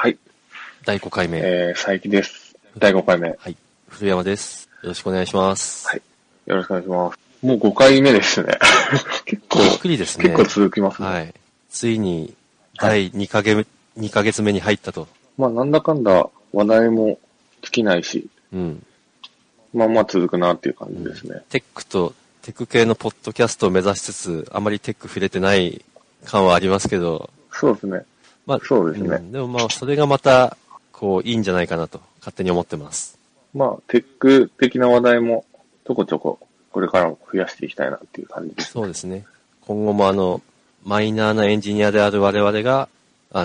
はい。 第5回目。 佐伯です。第5回目。 はい。古山です。よろしくお願いします。 はい。よろしくお願いします。もう5回目ですね。結構、 びっくりですね。 結構続きますね。 はい。ついに、第2ヶ月、2ヶ月目に入ったと。 まあ、なんだかんだ話題も尽きないし、 うん。 まあまあ続くなっていう感じですね。 テック系のポッドキャストを目指しつつ、あまりテック触れてない感はありますけど。 そうですね。 まあ、 そうですね。 でもまあ、それがまた、こう、いいんじゃないかなと、勝手に思ってます。 まあ、テック的な話題もちょこちょこ、これからも増やしていきたいなっていう感じですね。 そうですね。今後もマイナーなエンジニアである我々が、はい、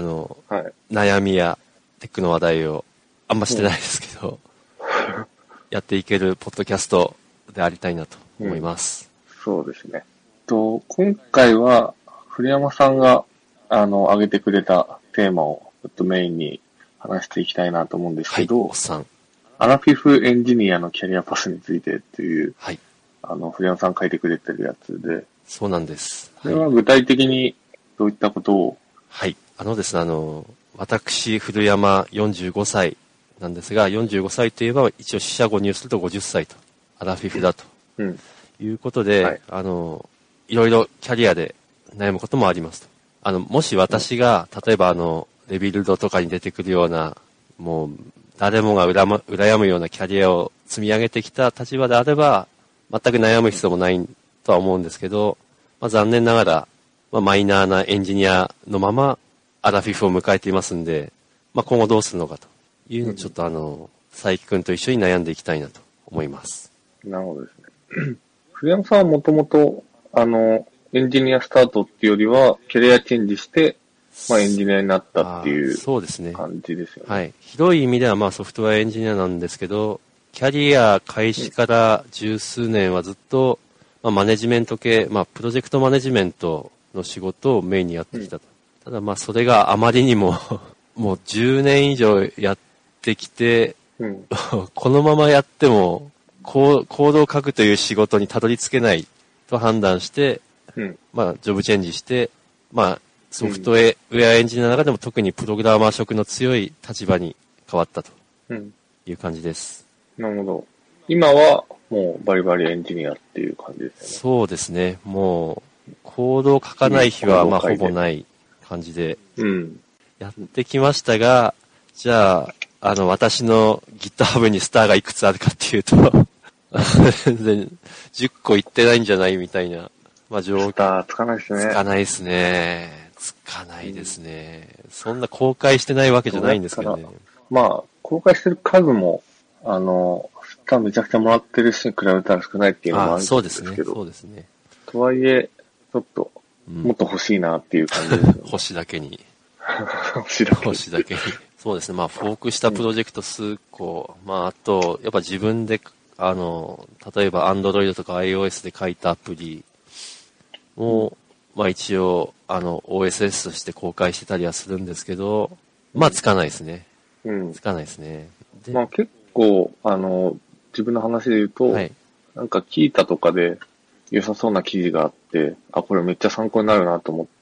悩みやテックの話題をあんましてないですけど、やっていけるポッドキャストでありたいなと思います。 そうですね。今回は、古山さんが、挙げてくれたテーマをちょっとメインに話していきたいなと思うんですけど、 はい、おっさん。 アラフィフエンジニアのキャリアパスについてっていう、 はい。 古山さん書いてくれてるやつで、 そうなんです。 これは具体的にどういったことを？ はい。ですね、私、古山45歳なんですが、45歳といえば一応四捨五入すると50歳と、アラフィフだと、いうことで、はい、いろいろキャリアで悩むこともありますと。もし私が、例えばレビルドとかに出てくるような、もう、誰もが羨むようなキャリアを積み上げてきた立場であれば、全く悩む必要もないとは思うんですけど、まあ、残念ながら、まあ、マイナーなエンジニアのまま、アラフィフを迎えていますんで、まあ、今後どうするのかというのをちょっと佐伯くんと一緒に悩んでいきたいなと思います。 なるほどですね。古山さんはもともと、エンジニアスタートっていうよりは、キャリアチェンジして、まあ、エンジニアになったっていうそうですね。 感じですよね。 はい。広い意味では、まあ、ソフトウェアエンジニアなんですけど、キャリア開始から十数年はずっと、まあ、マネジメント系、まあ、プロジェクトマネジメントの仕事をメインにやってきたと。ただ、まあ、それがあまりにももう10年以上やってきて、このままやっても、コードを書くという仕事にたどり着けないと判断して、まあ、ジョブチェンジして、まあ、ソフトウェアエンジニアの中でも特にプログラマー色の強い立場に変わったという感じです。 なるほど。今はもうバリバリエンジニアっていう感じですよね。 そうですね。もう、コードを書かない日はまあほぼない感じで、やってきましたが、じゃあ、私の GitHub にスターがいくつあるかっていうと、全然10個いってないんじゃないみたいな、まあ状況。 スターつかないですね。 つかないですね。つかないですね。そんな公開してないわけじゃないんですけどね。 まあ、公開してる数も、スターめちゃくちゃもらってる人に比べたら少ないっていうのもあるんですけど。 そうですね。そうですね。 とはいえ、ちょっと、もっと欲しいなっていう感じです、ね。 星だけに。 星だけに。 星だけに。そうですね。まあ、フォークしたプロジェクト数個。まあ、あと、やっぱ自分で、例えば Android とか iOS で書いたアプリを、まあ一応、OSS として公開してたりはするんですけど、まあつかないですね。つかないですね。 まあ結構、自分の話で言うと、なんかキータとかで良さそうな記事があって、あ、これめっちゃ参考になるなと思って、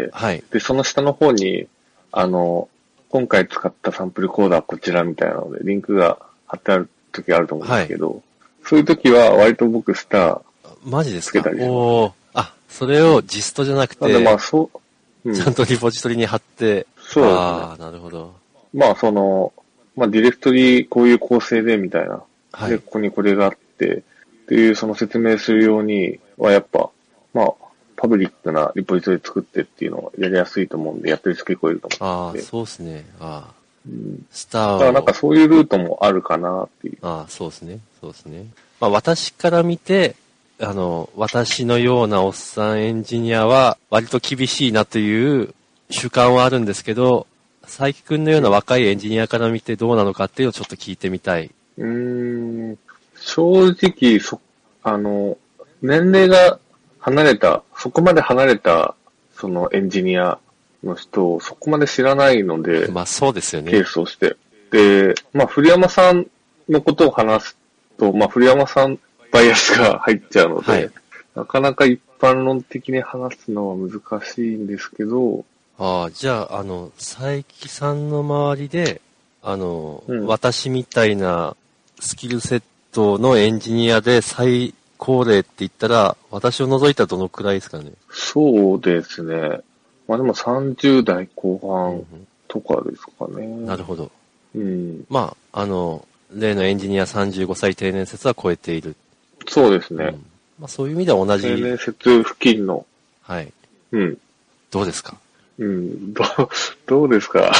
で、その下の方に、今回使ったサンプルコードはこちらみたいなので、リンクが貼ってある時があると思うんですけど、そういう時は割と僕スターマジですか？ つけたりします。 それをジストじゃなくて、 まあちゃんとリポジトリに貼って、 そうですね。 なるほど。 まあまあディレクトリこういう構成でみたいな。で、ここにこれがあって、っていうその説明するようにはやっぱ、まあ、パブリックなリポジトリ作ってっていうのをやりやすいと思うんで、やってる人結構いると思うんで。 そうですね。スターを。 だからなんかそういうルートもあるかなっていう。 そうですね。そうですね。まあ私から見て、私のようなおっさんエンジニアは割と厳しいなという主観はあるんですけど、佐伯くんのような若いエンジニアから見てどうなのかっていうのをちょっと聞いてみたい。 正直、年齢が離れた、そこまで離れた、そのエンジニアの人をそこまで知らないので、 まあそうですよね。 ケースをして。で、まあ古山さんのことを話すと、まあ古山さんバイアスが入っちゃうので、なかなか一般論的に話すのは難しいんですけど、 ああ、じゃあ、佐伯さんの周りで、私みたいなスキルセットのエンジニアで最高齢って言ったら、私を除いたらどのくらいですかね。 そうですね。まあでも30代後半とかですかね。 なるほど。 うん。 まあ、例のエンジニア35歳定年説は超えている。 そうですね。 まあそういう意味では同じ。 定年説付近の。 はい。 うん。 どうですか？ どうですか？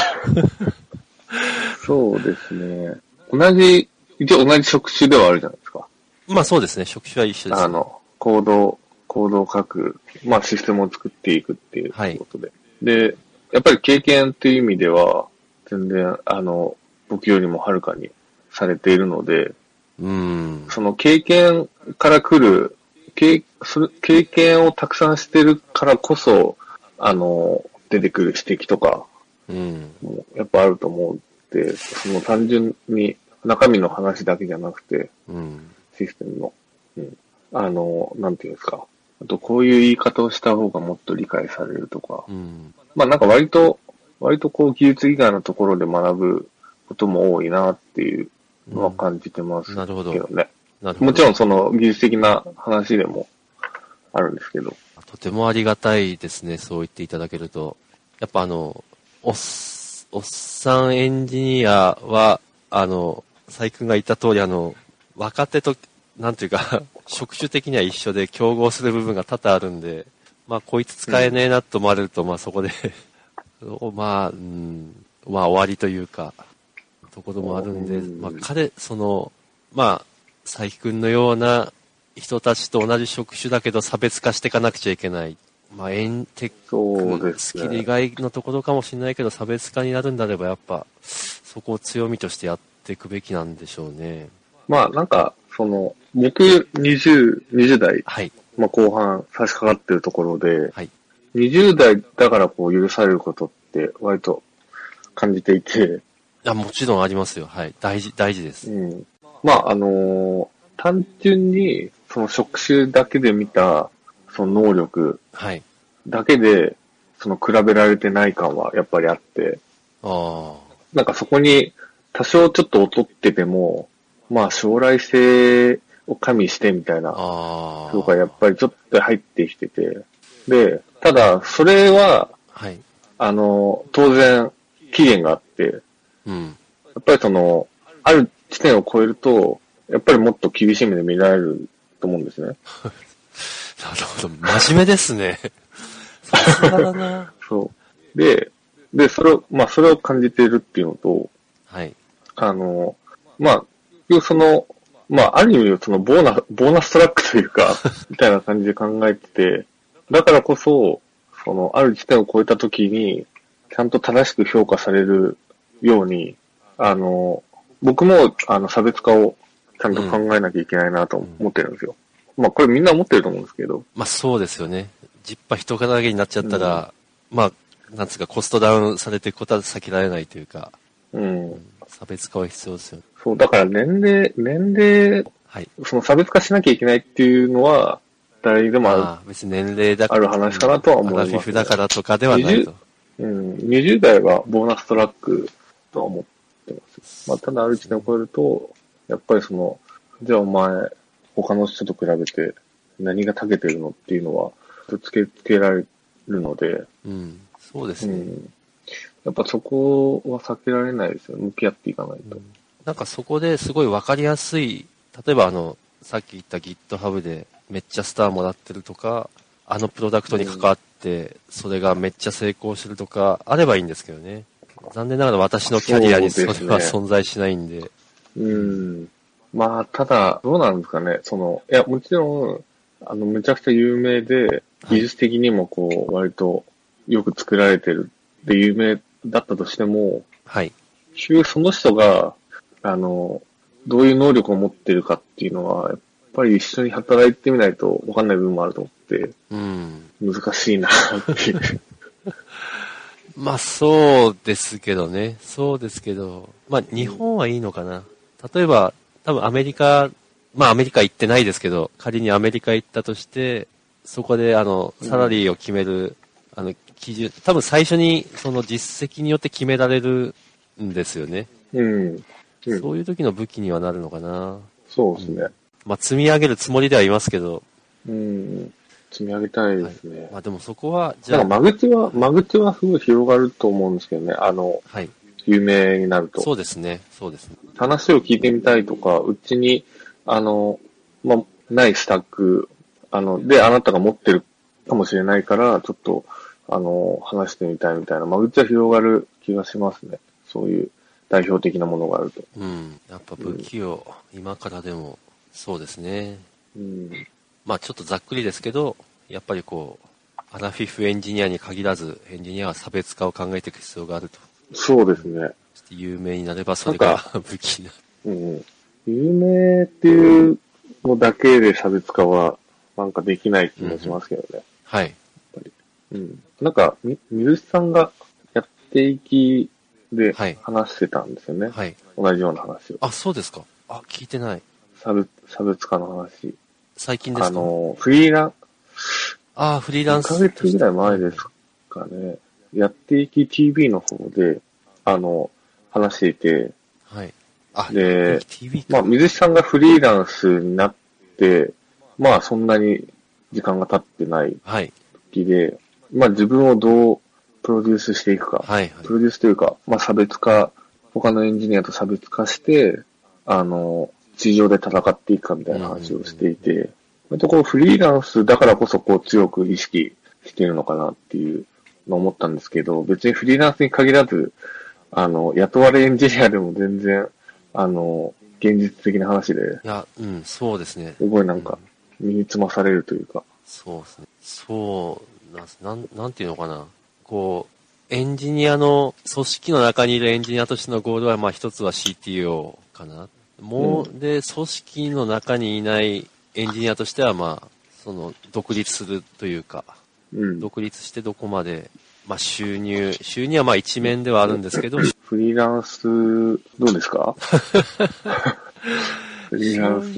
そうですね。一応同じ職種ではあるじゃないですか。 まあそうですね。職種は一緒ですね。 コードを書く、まあシステムを作っていくっていうことで。はい、で、やっぱり経験っていう意味では、全然、僕よりもはるかにされているので、その経験から来る、経験をたくさんしてるからこそ、出てくる指摘とか、もやっぱあると思って、その単純に中身の話だけじゃなくて、システムの、なんていうんですか。あと、こういう言い方をした方がもっと理解されるとか、まあなんか割とこう技術以外のところで学ぶことも多いなっていうのは感じてますけどね。もちろんその技術的な話でもあるんですけど。 とてもありがたいですね、そう言っていただけると。やっぱおっさんエンジニアは、佐伯くんが言った通り、若手と、なんていうか、職種的には一緒で競合する部分が多々あるんで、まあ、こいつ使えねえなと思われると、まあ、そこでまあ、終わりというか、ところもあるんで、まあ、まあ、佐伯くんのような人たちと同じ職種だけど差別化していかなくちゃいけない。まあ、テック、スキル以外のところかもしれないけど、差別化になるんであれば、やっぱ、そこを強みとしてやっていくべきなんでしょうね。 まあ、なんか、僕20代、はい、まあ、後半差し掛かってるところで、はい、20代だからこう許されることって割と感じていて。 もちろんありますよ。はい。大事です。 まあ、単純に、その職種だけで見た、その能力だけで、その比べられてない感はやっぱりあって、なんかそこに多少ちょっと劣ってても、まあ将来性を加味してみたいな、とかやっぱりちょっと入ってきてて、で、ただそれは、はい、当然期限があって、やっぱりある地点を超えると、やっぱりもっと厳しい目で見られると思うんですね。なるほど。真面目ですね。さすがだな。 そう。で、それを感じているっていうのと、はい。まあ、ある意味、ボーナストラックというか、みたいな感じで考えてて、だからこそ、ある地点を超えたときに、ちゃんと正しく評価されるように、僕も、差別化をちゃんと考えなきゃいけないなと思ってるんですよ。まあ、これみんな思ってると思うんですけど。 まあ、そうですよね。ジッパ人だけになっちゃったら、まあ、なんつうか、コストダウンされていくことは避けられないというか、差別化は必要ですよね。 そう、だから年齢、はい、その差別化しなきゃいけないっていうのは、誰でも別に年齢だある話かなとは思います、 アラフィフだからとかではないと。 20代はボーナストラックとは思ってます。まあ、ただある地点を超えると、やっぱりじゃあお前、他の人と比べて何が長けてるのっていうのは、つけられるので、 そうですね。 やっぱそこは避けられないですよ。向き合っていかないと。 なんかそこですごいわかりやすい、例えばさっき言った GitHub でめっちゃスターもらってるとか、プロダクトに関わって、それがめっちゃ成功するとか、あればいいんですけどね。残念ながら私のキャリアにそれは存在しないんで。 まあ、ただ、どうなんですかね。いや、もちろん、めちゃくちゃ有名で、技術的にも割とよく作られてるで有名だったとしても、はい。その人が、どういう能力を持ってるかっていうのは、やっぱり一緒に働いてみないと分かんない部分もあると思って、難しいなっていう。 まあ、そうですけどね。そうですけど、まあ、日本はいいのかな。例えば、多分アメリカ行ってないですけど、仮にアメリカ行ったとして、そこでサラリーを決める、企基準、多分最初にその実績によって決められるんですよね。そういう時の武器にはなるのかな。 そうですね。 まあ積み上げるつもりではいますけど。 積み上げたいですね。 まあでもそこは、 じゃあ。間口はすごい広がると思うんですけどね。有名になると。 そうですね。そうですね。 話を聞いてみたいとか、うちに、ないスタック、で、あなたが持ってるかもしれないから、ちょっと、話してみたいみたいな、間口は広がる気がしますね。そういう代表的なものがあると。 やっぱ武器を今からでも、そうですね。まあちょっとざっくりですけど、やっぱりこう、アラフィフエンジニアに限らず、エンジニアは差別化を考えていく必要があると。 そうですね。 有名になればそれが武器になる。有名っていうのだけで差別化はなんかできない気もしますけどね。 はい。 やっぱりなんか、水さんがやっていきで話してたんですよね。 はい。 同じような話を。 あ、そうですか。聞いてない。 差別化の話。 最近ですか？ フリーランス。1ヶ月ぐらい前ですかね。やっていき TV の方で、話していて、 はい。 で、まあ、水木さんがフリーランスになって、まあ、そんなに時間が経ってない時で、まあ、自分をどうプロデュースしていくか。プロデュースというか、まあ、差別化、他のエンジニアと差別化して、地上で戦っていくかみたいな話をしていて、こうフリーランスだからこそこう強く意識しているのかなっていうのを思ったんですけど、別にフリーランスに限らず、雇われエンジニアでも全然、現実的な話で。 いや、そうですね。 すごいなんか、身につまされるというか。 そうですね。そうなんていうのかな。こう、エンジニアの、組織の中にいるエンジニアとしてのゴールは、まあ一つは CTO かな。で、組織の中にいないエンジニアとしては、まあ、独立するというか、独立してどこまで、まあ収入はまあ一面ではあるんですけど。 フリーランス、どうですか？フリーランス。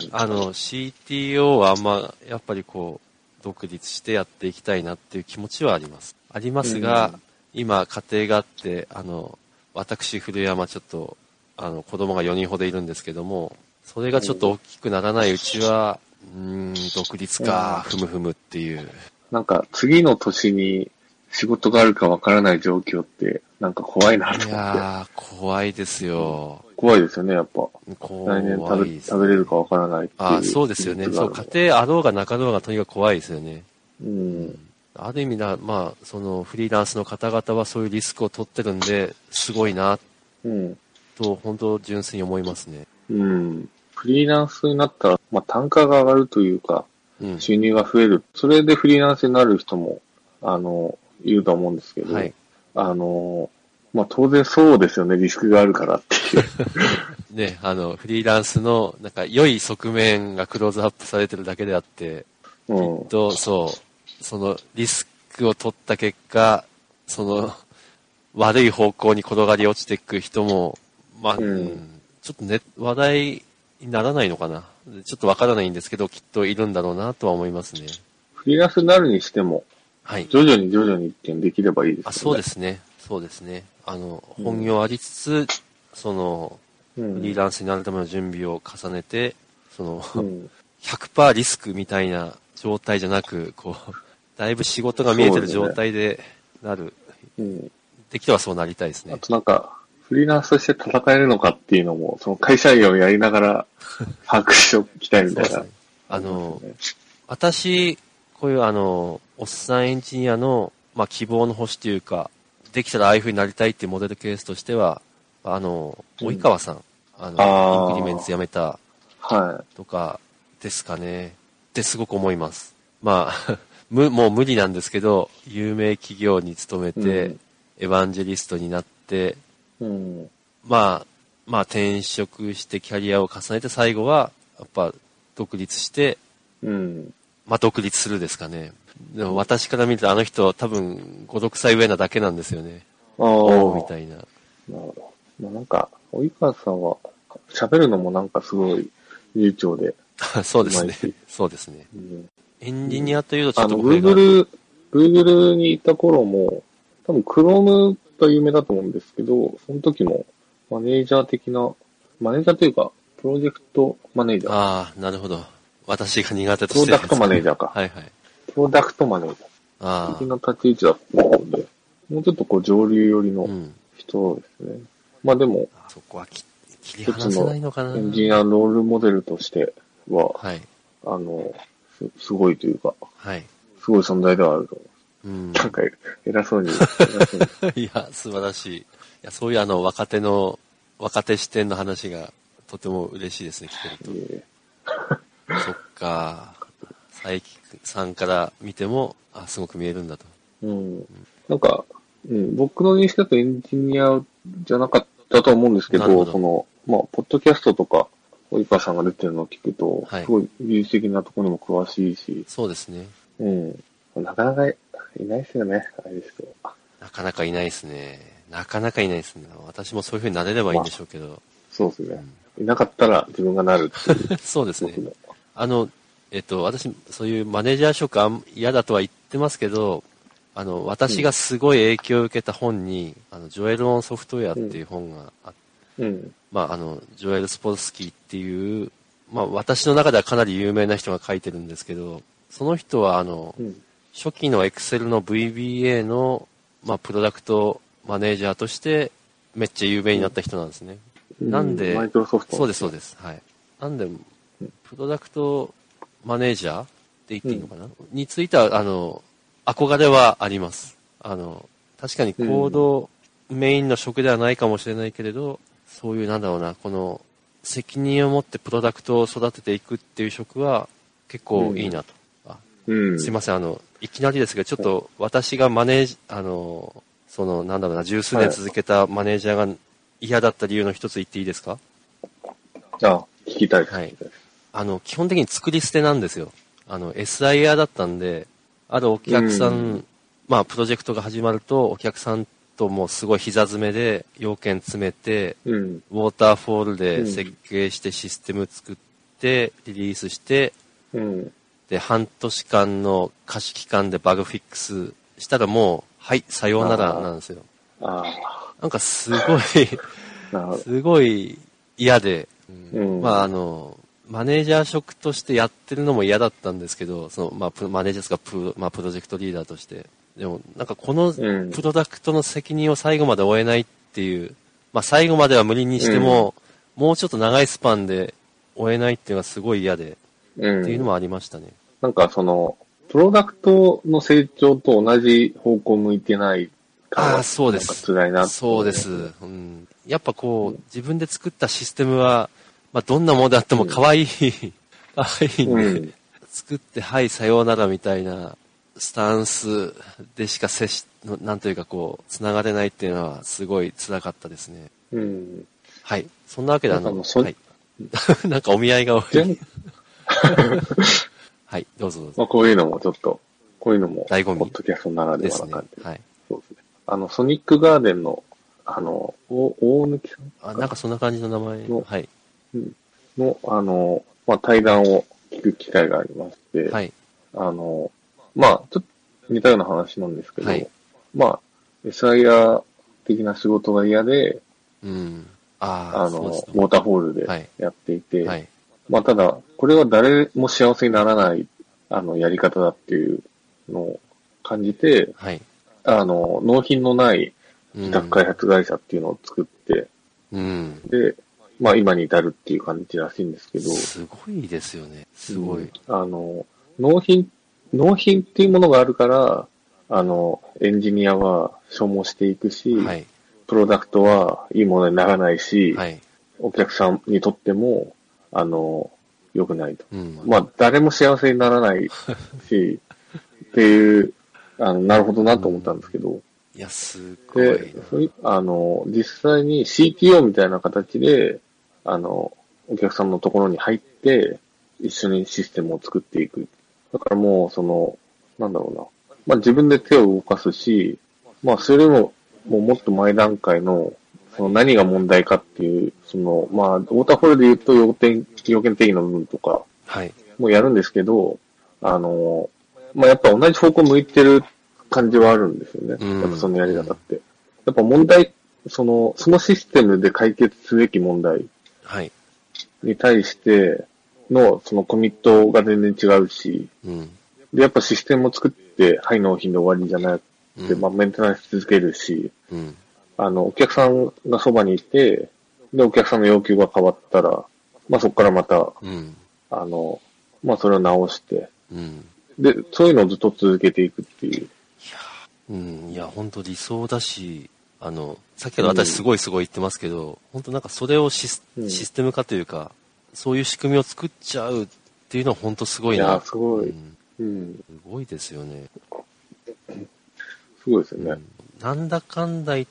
CTO はやっぱりこう、独立してやっていきたいなっていう気持ちはあります。ありますが、今家庭があって、私、古山ちょっと、子供が4人ほどいるんですけども、それがちょっと大きくならないうちは、独立か、ふむふむっていう。 なんか、次の年に仕事があるかわからない状況って、なんか怖いなと思って。いやー、怖いですよ。 怖いですよね、やっぱ。来年食べれるかわからないっていう。 そうですよね。そう、家庭あろうがなかろうがとにかく怖いですよね。ある意味まあ、フリーランスの方々はそういうリスクを取ってるんで、すごいな、と、本当純粋に思いますね。 フリーランスになったら、まあ、単価が上がるというか、収入が増える。それでフリーランスになる人も、いると思うんですけど、まあ、当然そうですよね、リスクがあるからっていう。 ね、フリーランスの、なんか、良い側面がクローズアップされてるだけであって、きっと、そのリスクを取った結果、悪い方向に転がり落ちていく人も、まあ、ちょっとね、話題にならないのかな。ちょっとわからないんですけど、きっといるんだろうなとは思いますね。 フリーランスになるにしても、徐々にってできればいいですね。 そうですね。そうですね。本業ありつつ、フリーランスになるための準備を重ねて、100% リスクみたいな状態じゃなく、こう、だいぶ仕事が見えてる状態でなる。できればそうなりたいですね。 あとなんか、フリーランスとして戦えるのかっていうのも、その会社員をやりながら把握しておきたいみたいな。 私、こういうおっさんエンジニアの、まあ、希望の星というか、できたらああいう風になりたいっていうモデルケースとしては、及川さん、インクリメンツ辞めた、とかですかね。ってすごく思います。まあ、もう無理なんですけど、有名企業に勤めて、エヴァンジェリストになって、まあ転職してキャリアを重ねて最後は、やっぱ独立して、まあ独立するですかね。でも私から見るとあの人多分5、6歳上なだけなんですよね。みたいな。 なるほど。まあなんか、及川さんは喋るのもなんかすごい流暢で。 そうですね。そうですね。エンジニアというとちょっと Google Google にいた頃も、多分 Chrome が有名だと思うんですけど、その時もマネージャー的な、マネージャーというか、プロジェクトマネージャー。 ああ、なるほど。私が苦手としてるプロダクトマネージャーか。 はいはい。 プロダクトマネージャー。的な立ち位置だったので、もうちょっとこう上流寄りの人ですね。まあでも、 そこは切り離せないのかな。 エンジニアロールモデルとしては、はい、すごいというか、はい、すごい存在ではあると思います。なんか偉そうに。 いや、素晴らしい。いや、そういう若手視点の話がとても嬉しいですね、聞けると。そっか。佐伯さんから見ても、すごく見えるんだと。 なんか、僕の認識だとエンジニアじゃなかったと思うんですけど、まあ、ポッドキャストとか、及川さんが出てるのを聞くと、はい、すごい技術的なところにも詳しいし。 そうですね。 なかなかいないですよね、ああいう人。 なかなかいないですね。なかなかいないですね。私もそういう風になれればいいんでしょうけど。まあ、 そうですね。いなかったら自分がなるっていう。 そうですね。私、そういうマネージャー職嫌だとは言ってますけど、私がすごい影響を受けた本に、ジョエル・オン・ソフトウェアっていう本があって、まあ、ジョエル・スポルスキーっていう、まあ、私の中ではかなり有名な人が書いてるんですけど、その人は、初期の Excel の VBA の、まあ、プロダクトマネージャーとしてめっちゃ有名になった人なんですね。なんで、 マイクロソフト。 そうです、そうです。はい。なんで、プロダクトマネージャーって言っていいのかな、については、憧れはあります。確かにコードメインの職ではないかもしれないけれど、そういうなんだろうな、この責任を持ってプロダクトを育てていくっていう職は結構いいなと。すいません、いきなりですが、ちょっと私がなんだろうな、十数年続けたマネージャーが嫌だった理由の一つ言っていいですか？ 聞きたいです。 はい。基本的に作り捨てなんですよ。SIR だったんで、あるお客さん、まあ、プロジェクトが始まると、お客さんともうすごい膝詰めで、要件詰めて、ウォーターフォールで設計してシステム作って、リリースして、で、半年間の貸し期間でバグフィックスしたらもう、はい、さようならなんですよ。なんかすごい嫌で、まあマネージャー職としてやってるのも嫌だったんですけど、まあ、マネージャーですか、プロジェクトリーダーとして。でも、なんかこのプロダクトの責任を最後まで負えないっていう、まあ最後までは無理にしても、もうちょっと長いスパンで負えないっていうのがすごい嫌で、っていうのもありましたね。 なんかプロダクトの成長と同じ方向向いてないから、 そうです。 なんか辛いなって。 そうです。やっぱ自分で作ったシステムは、まあ、どんなものであっても可愛い、可愛いんで、作って、はい、さようならみたいなスタンスでしかなんというか繋がれないっていうのはすごい辛かったですね。はい。そんなわけではい。なんかお見合いが多い。はい、どうぞどうぞ。 まあ、こういうのもちょっと、醍醐味。ポッドキャストならではな感じ。 はい。 そうですね。ソニックガーデンの、大貫さん。 なんかそんな感じの名前の、はい。 まあ、対談を聞く機会がありまして、はい。まあ、ちょっと似たような話なんですけど、はい、まあ、SIR 的な仕事が嫌で、ウォーターホールでやっていて、はい、まあ、ただ、これは誰も幸せにならない、やり方だっていうのを感じて、はい、納品のない企画開発会社っていうのを作って、で、まあ今に至るっていう感じらしいんですけど。 すごいですよね。すごい。 納品っていうものがあるから、エンジニアは消耗していくし、はい、プロダクトはいいものにならないし、はい、お客さんにとっても、良くないと。まあ誰も幸せにならないし、っていう、なるほどなと思ったんですけど。 いや、すごい。で、 実際に CTO みたいな形で、お客さんのところに入って、一緒にシステムを作っていく。だからもう、なんだろうな。まあ自分で手を動かすし、まあそれも、もっと前段階の、何が問題かっていう、まあ、ウォーターフォールで言うと要件定義の部分とか、もやるんですけど、まあやっぱ同じ方向向いてる感じはあるんですよね。やっぱそのやり方って。やっぱ問題、そのシステムで解決すべき問題に対してのそのコミットが全然違うし、で、やっぱシステムを作って、はい、納品で終わりじゃなくて、まあメンテナンス続けるし、お客さんがそばにいて、で、お客さんの要求が変わったら、まあそこからまた、まあそれを直して、で、そういうのをずっと続けていくっていう。 いや、本当理想だし、さっきから私すごい言ってますけど、本当なんかそれをシステム化というか、そういう仕組みを作っちゃうっていうのは本当すごいな。いや、 すごい。 すごいですよね。 すごいですよね。 なんだかんだ言って、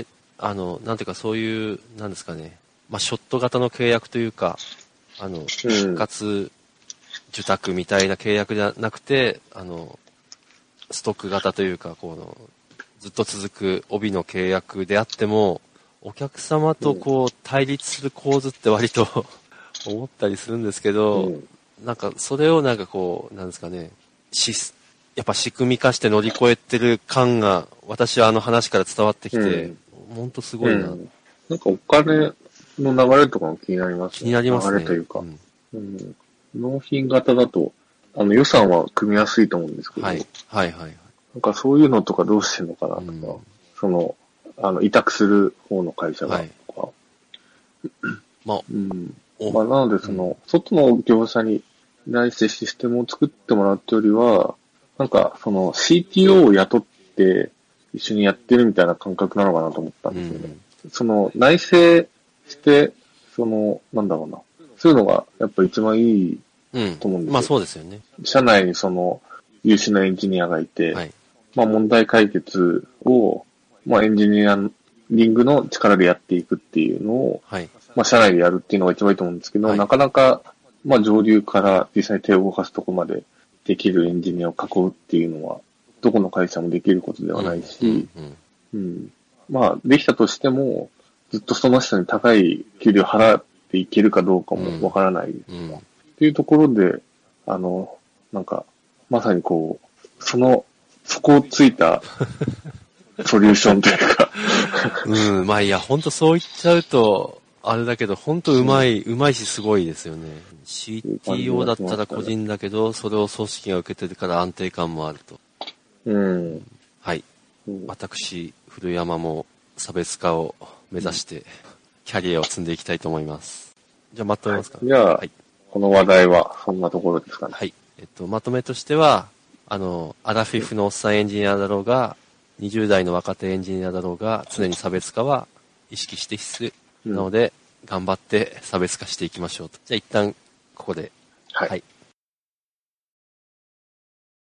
なんていうかそういう、なんですかね、まあ、ショット型の契約というか、一括受託みたいな契約じゃなくて、ストック型というか、ずっと続く帯の契約であっても、お客様と対立する構図って割と思ったりするんですけど、なんかそれをなんですかね、やっぱ仕組み化して乗り越えてる感が、私は話から伝わってきて、ほんとすごいな。 なんかお金の流れとかも気になりますね。 気になりますね。 流れというか。納品型だと、予算は組みやすいと思うんですけど、なんかそういうのとかどうしてんのかなとか、委託する方の会社がとか。まあなので外の業者に対してシステムを作ってもらうというよりは、なんかCTO を雇って一緒にやってるみたいな感覚なのかなと思ったんですよね。内製して、なんだろうな。そういうのがやっぱ一番いいと思うんですよ。 まあそうですよね。 社内に優秀なエンジニアがいて、まあ問題解決を、まあエンジニアリングの力でやっていくっていうのを、まあ社内でやるっていうのが一番いいと思うんですけど、なかなか、まあ上流から実際に手を動かすとこまでできるエンジニアを囲うっていうのは、どこの会社もできることではないし、まあできたとしても、ずっとその人に高い給料払っていけるかどうかもわからない。っていうところで、なんか、まさにそこをついたソリューションというかまあいや、ほんとそう言っちゃうと、あれだけど、ほんとうまいしすごいですよね。CTO だったら個人だけど、それを組織が受けてるから安定感もあると。はい。私、古山も差別化を目指して、キャリアを積んでいきたいと思います。じゃあまとめますか。 じゃあ、この話題はそんなところですかね。 はい。まとめとしては、アラフィフのおっさんエンジニアだろうが、20代の若手エンジニアだろうが、常に差別化は意識して必須なので、頑張って差別化していきましょうと。じゃあ一旦、ここで。 はい。